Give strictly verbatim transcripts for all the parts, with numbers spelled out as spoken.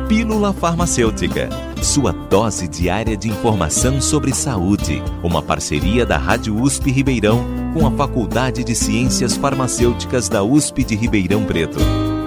Pílula Farmacêutica, sua dose diária de informação sobre saúde. Uma parceria da Rádio U S P Ribeirão com a Faculdade de Ciências Farmacêuticas da U S P de Ribeirão Preto.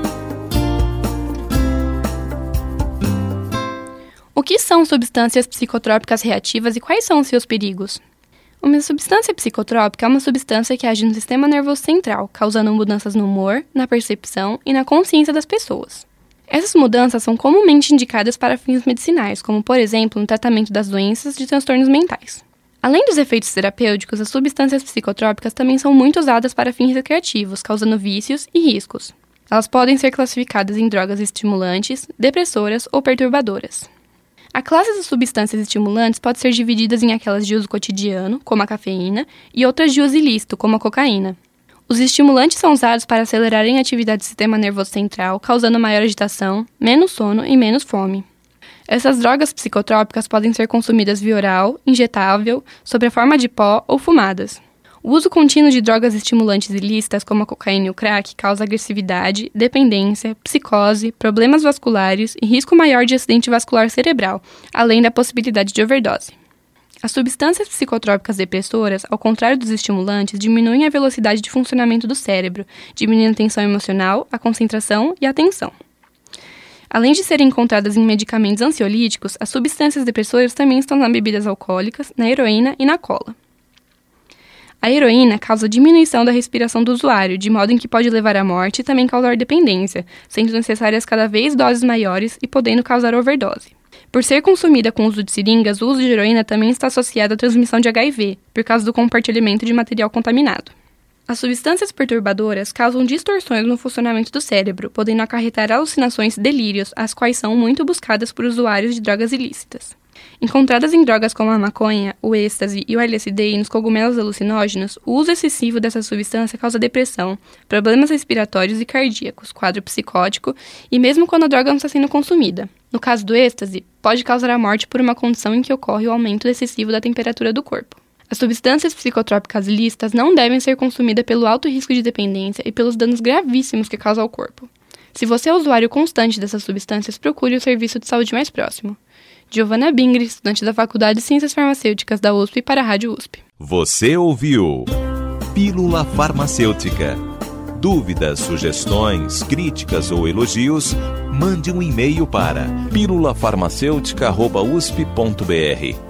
O que são substâncias psicotrópicas reativas e quais são os seus perigos? Uma substância psicotrópica é uma substância que age no sistema nervoso central, causando mudanças no humor, na percepção e na consciência das pessoas. Essas mudanças são comumente indicadas para fins medicinais, como, por exemplo, no tratamento das doenças de transtornos mentais. Além dos efeitos terapêuticos, as substâncias psicotrópicas também são muito usadas para fins recreativos, causando vícios e riscos. Elas podem ser classificadas em drogas estimulantes, depressoras ou perturbadoras. A classe das substâncias estimulantes pode ser dividida em aquelas de uso cotidiano, como a cafeína, e outras de uso ilícito, como a cocaína. Os estimulantes são usados para acelerarem a atividade do sistema nervoso central, causando maior agitação, menos sono e menos fome. Essas drogas psicotrópicas podem ser consumidas via oral, injetável, sob a forma de pó ou fumadas. O uso contínuo de drogas estimulantes ilícitas, como a cocaína e o crack, causa agressividade, dependência, psicose, problemas vasculares e risco maior de acidente vascular cerebral, além da possibilidade de overdose. As substâncias psicotrópicas depressoras, ao contrário dos estimulantes, diminuem a velocidade de funcionamento do cérebro, diminuindo a tensão emocional, a concentração e a atenção. Além de serem encontradas em medicamentos ansiolíticos, as substâncias depressoras também estão nas bebidas alcoólicas, na heroína e na cola. A heroína causa diminuição da respiração do usuário, de modo em que pode levar à morte e também causar dependência, sendo necessárias cada vez doses maiores e podendo causar overdose. Por ser consumida com uso de seringas, o uso de heroína também está associado à transmissão de H I V, por causa do compartilhamento de material contaminado. As substâncias perturbadoras causam distorções no funcionamento do cérebro, podendo acarretar alucinações e delírios, as quais são muito buscadas por usuários de drogas ilícitas. Encontradas em drogas como a maconha, o êxtase e o L S D e nos cogumelos alucinógenos, o uso excessivo dessa substância causa depressão, problemas respiratórios e cardíacos, quadro psicótico e mesmo quando a droga não está sendo consumida. No caso do êxtase, pode causar a morte por uma condição em que ocorre o aumento excessivo da temperatura do corpo. As substâncias psicotrópicas ilícitas não devem ser consumidas pelo alto risco de dependência e pelos danos gravíssimos que causa ao corpo. Se você é usuário constante dessas substâncias, procure o serviço de saúde mais próximo. Giovana Bingri, estudante da Faculdade de Ciências Farmacêuticas da U S P para a Rádio U S P. Você ouviu Pílula Farmacêutica. Dúvidas, sugestões, críticas ou elogios, mande um e-mail para pílula farmacêutica arroba u s p ponto b r.